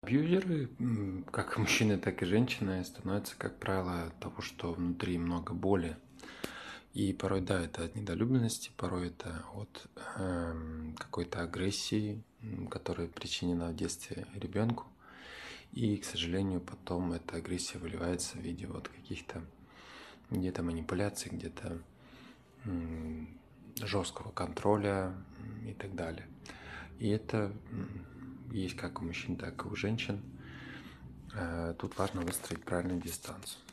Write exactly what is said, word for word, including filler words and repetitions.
Абьюзеры, м, как мужчины, так и женщины, становятся, как правило, от того, что внутри много боли. И порой, да, это от недолюбленности, порой это от эм, какой-то агрессии, м, которая причинена в детстве ребенку. И, к сожалению, потом эта агрессия выливается в виде вот каких-то где-то манипуляций, где-то м, жесткого контроля м, и так далее. И это м, есть как у мужчин, так и у женщин. Э, Тут важно выстроить правильную дистанцию.